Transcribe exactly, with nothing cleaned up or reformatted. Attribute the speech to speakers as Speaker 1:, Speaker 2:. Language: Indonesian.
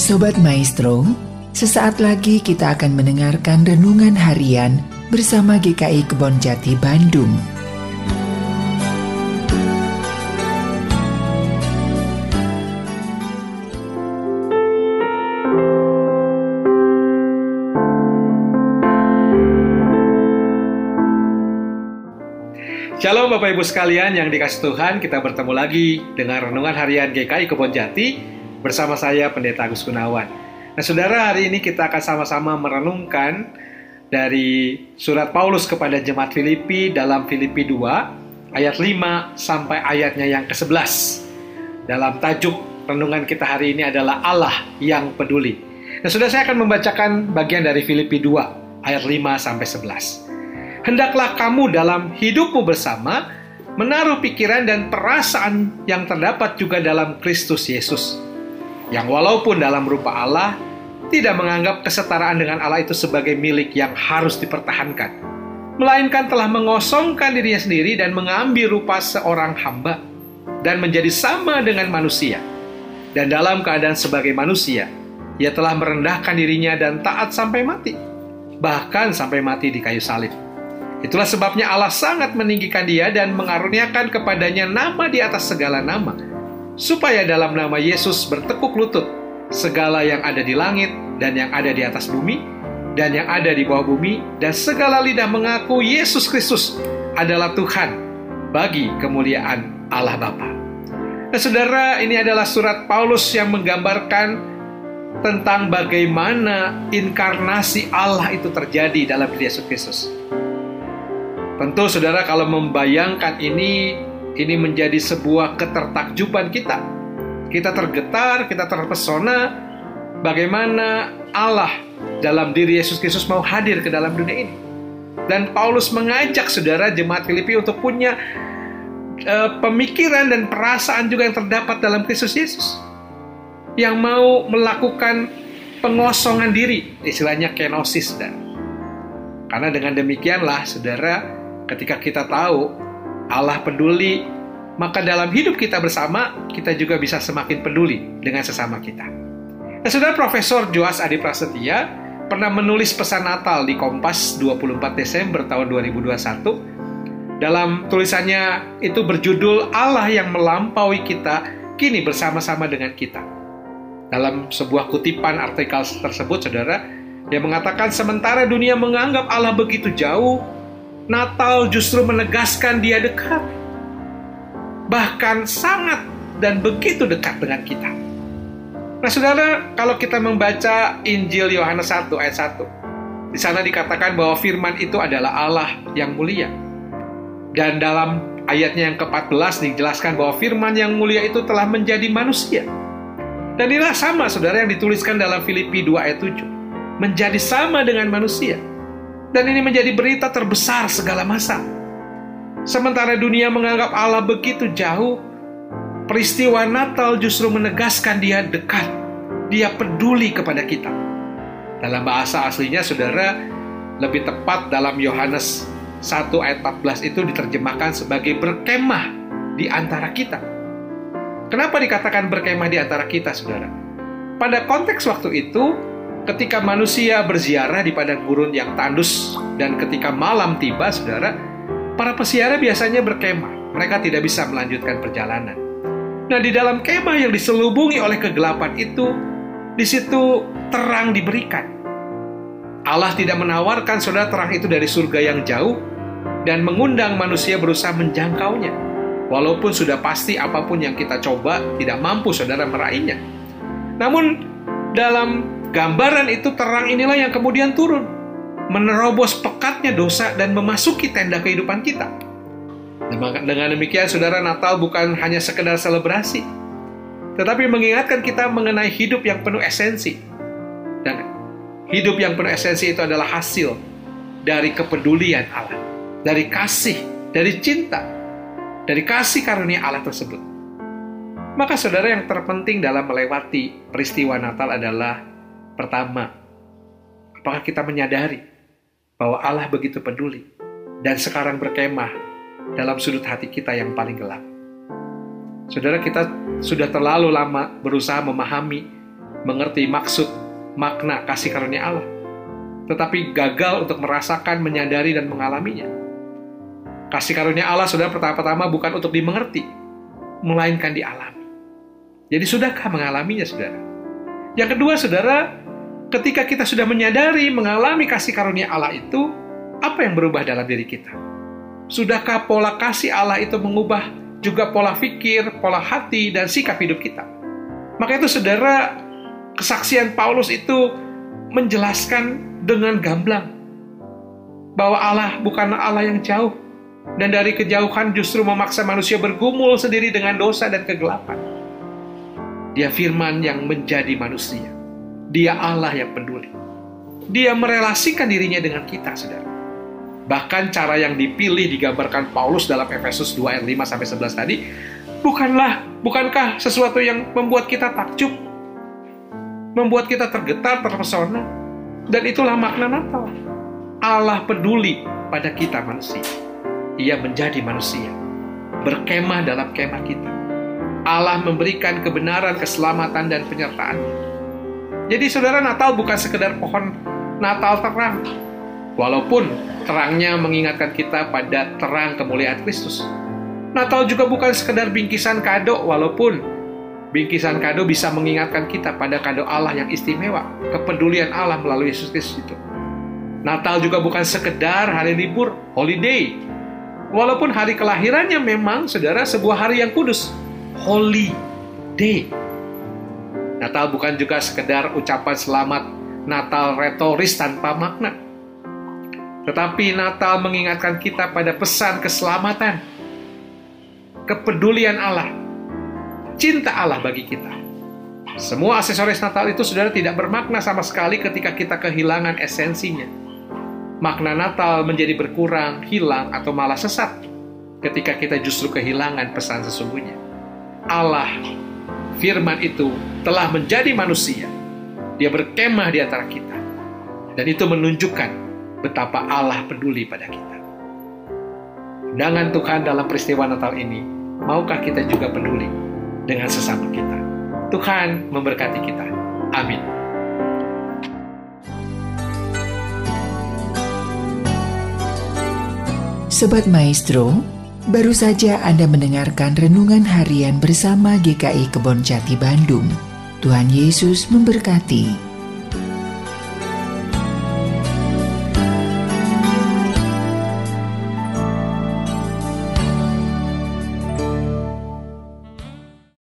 Speaker 1: Sobat Maestro, sesaat lagi kita akan mendengarkan renungan harian bersama G K I Kebonjati Bandung.
Speaker 2: Shalom Bapak Ibu sekalian yang dikasih Tuhan, kita bertemu lagi dengan renungan harian G K I Kebonjati bersama saya Pendeta Agus Gunawan. Nah saudara, hari ini kita akan sama-sama merenungkan dari surat Paulus kepada jemaat Filipi dalam Filipi dua ayat lima sampai ayatnya yang kesebelas. Dalam tajuk renungan kita hari ini adalah Allah yang peduli. Nah saudara, saya akan membacakan bagian dari Filipi dua ayat lima sampai sebelas. Hendaklah kamu dalam hidupmu bersama menaruh pikiran dan perasaan yang terdapat juga dalam Kristus Yesus, yang walaupun dalam rupa Allah, tidak menganggap kesetaraan dengan Allah itu sebagai milik yang harus dipertahankan, melainkan telah mengosongkan dirinya sendiri dan mengambil rupa seorang hamba, dan menjadi sama dengan manusia. Dan dalam keadaan sebagai manusia, ia telah merendahkan dirinya dan taat sampai mati, bahkan sampai mati di kayu salib. Itulah sebabnya Allah sangat meninggikan dia dan mengaruniakan kepadanya nama di atas segala nama, supaya dalam nama Yesus bertekuk lutut segala yang ada di langit dan yang ada di atas bumi dan yang ada di bawah bumi, dan segala lidah mengaku Yesus Kristus adalah Tuhan bagi kemuliaan Allah Bapa. Nah saudara, ini adalah surat Paulus yang menggambarkan tentang bagaimana inkarnasi Allah itu terjadi dalam diri Yesus Kristus. Tentu saudara, kalau membayangkan ini, ini menjadi sebuah ketertakjuban kita. Kita tergetar, kita terpesona bagaimana Allah dalam diri Yesus Kristus mau hadir ke dalam dunia ini. Dan Paulus mengajak saudara jemaat Filipi untuk punya uh, pemikiran dan perasaan juga yang terdapat dalam Kristus Yesus, yang mau melakukan pengosongan diri, istilahnya kenosis. Dan karena dengan demikianlah saudara, ketika kita tahu Allah peduli, maka dalam hidup kita bersama, kita juga bisa semakin peduli dengan sesama kita. Nah, saudara, Profesor Joas Adi Prasetya pernah menulis pesan Natal di Kompas dua puluh empat Desember tahun dua ribu dua puluh satu. Dalam tulisannya itu berjudul Allah yang melampaui kita, kini bersama-sama dengan kita. Dalam sebuah kutipan artikel tersebut, saudara, dia mengatakan sementara dunia menganggap Allah begitu jauh, Natal justru menegaskan dia dekat, bahkan sangat dan begitu dekat dengan kita. Nah saudara, kalau kita membaca Injil Yohanes satu ayat satu, di sana dikatakan bahwa firman itu adalah Allah yang mulia. Dan dalam ayatnya yang ke-empat belas dijelaskan bahwa firman yang mulia itu telah menjadi manusia. Dan inilah sama saudara yang dituliskan dalam Filipi dua ayat tujuh, menjadi sama dengan manusia. Dan ini menjadi berita terbesar segala masa. Sementara dunia menganggap Allah begitu jauh, peristiwa Natal justru menegaskan dia dekat. Dia peduli kepada kita. Dalam bahasa aslinya, saudara, lebih tepat dalam Yohanes satu ayat empat belas itu diterjemahkan sebagai berkemah di antara kita. Kenapa dikatakan berkemah di antara kita, saudara? Pada konteks waktu itu, ketika manusia berziarah di padang gurun yang tandus dan ketika malam tiba, saudara, para peziarah biasanya berkemah. Mereka tidak bisa melanjutkan perjalanan. Nah, di dalam kemah yang diselubungi oleh kegelapan itu, di situ terang diberikan. Allah tidak menawarkan saudara terang itu dari surga yang jauh dan mengundang manusia berusaha menjangkaunya. Walaupun sudah pasti apapun yang kita coba tidak mampu saudara meraihnya. Namun dalam gambaran itu, terang inilah yang kemudian turun, menerobos pekatnya dosa dan memasuki tenda kehidupan kita. Dengan demikian, saudara, Natal bukan hanya sekedar selebrasi, tetapi mengingatkan kita mengenai hidup yang penuh esensi. Dan hidup yang penuh esensi itu adalah hasil dari kepedulian Allah, dari kasih, dari cinta, dari kasih karunia Allah tersebut. Maka saudara, yang terpenting dalam melewati peristiwa Natal adalah pertama, apakah kita menyadari bahwa Allah begitu peduli dan sekarang berkemah dalam sudut hati kita yang paling gelap? Saudara, kita sudah terlalu lama berusaha memahami mengerti maksud, makna kasih karunia Allah, tetapi gagal untuk merasakan, menyadari, dan mengalaminya. Kasih karunia Allah, saudara, pertama-tama bukan untuk dimengerti, melainkan dialami. Jadi sudahkah mengalaminya, saudara? Yang kedua, saudara, ketika kita sudah menyadari, mengalami kasih karunia Allah itu, apa yang berubah dalam diri kita? Sudahkah pola kasih Allah itu mengubah juga pola pikir, pola hati, dan sikap hidup kita? Maka itu, saudara, kesaksian Paulus itu menjelaskan dengan gamblang bahwa Allah bukanlah Allah yang jauh, dan dari kejauhan justru memaksa manusia bergumul sendiri dengan dosa dan kegelapan. Dia firman yang menjadi manusia. Dia Allah yang peduli. Dia merelasikan dirinya dengan kita, saudara. Bahkan cara yang dipilih digambarkan Paulus dalam Efesus dua ayat lima sampai sebelas tadi, bukanlah, bukankah sesuatu yang membuat kita takjub, membuat kita tergetar, terpesona. Dan itulah makna Natal. Allah peduli pada kita manusia. Ia menjadi manusia, berkemah dalam kemah kita. Allah memberikan kebenaran, keselamatan, dan penyertaan-Nya. Jadi saudara, Natal bukan sekedar pohon Natal terang, walaupun terangnya mengingatkan kita pada terang kemuliaan Kristus. Natal juga bukan sekedar bingkisan kado, walaupun bingkisan kado bisa mengingatkan kita pada kado Allah yang istimewa, kepedulian Allah melalui Yesus Kristus itu. Natal juga bukan sekedar hari libur, holiday, walaupun hari kelahirannya memang, saudara, sebuah hari yang kudus, holy day. Natal bukan juga sekedar ucapan selamat Natal retoris tanpa makna, tetapi Natal mengingatkan kita pada pesan keselamatan, kepedulian Allah, cinta Allah bagi kita. Semua aksesoris Natal itu, saudara, tidak bermakna sama sekali ketika kita kehilangan esensinya. Makna Natal menjadi berkurang, hilang, atau malah sesat ketika kita justru kehilangan pesan sesungguhnya. Allah, firman itu, telah menjadi manusia. Dia berkemah di antara kita. Dan itu menunjukkan betapa Allah peduli pada kita. Dengan Tuhan dalam peristiwa Natal ini, maukah kita juga peduli dengan sesama kita? Tuhan memberkati kita. Amin.
Speaker 1: Sobat Maestro, baru saja Anda mendengarkan Renungan Harian bersama G K I Kebon Jati Bandung. Tuhan Yesus memberkati.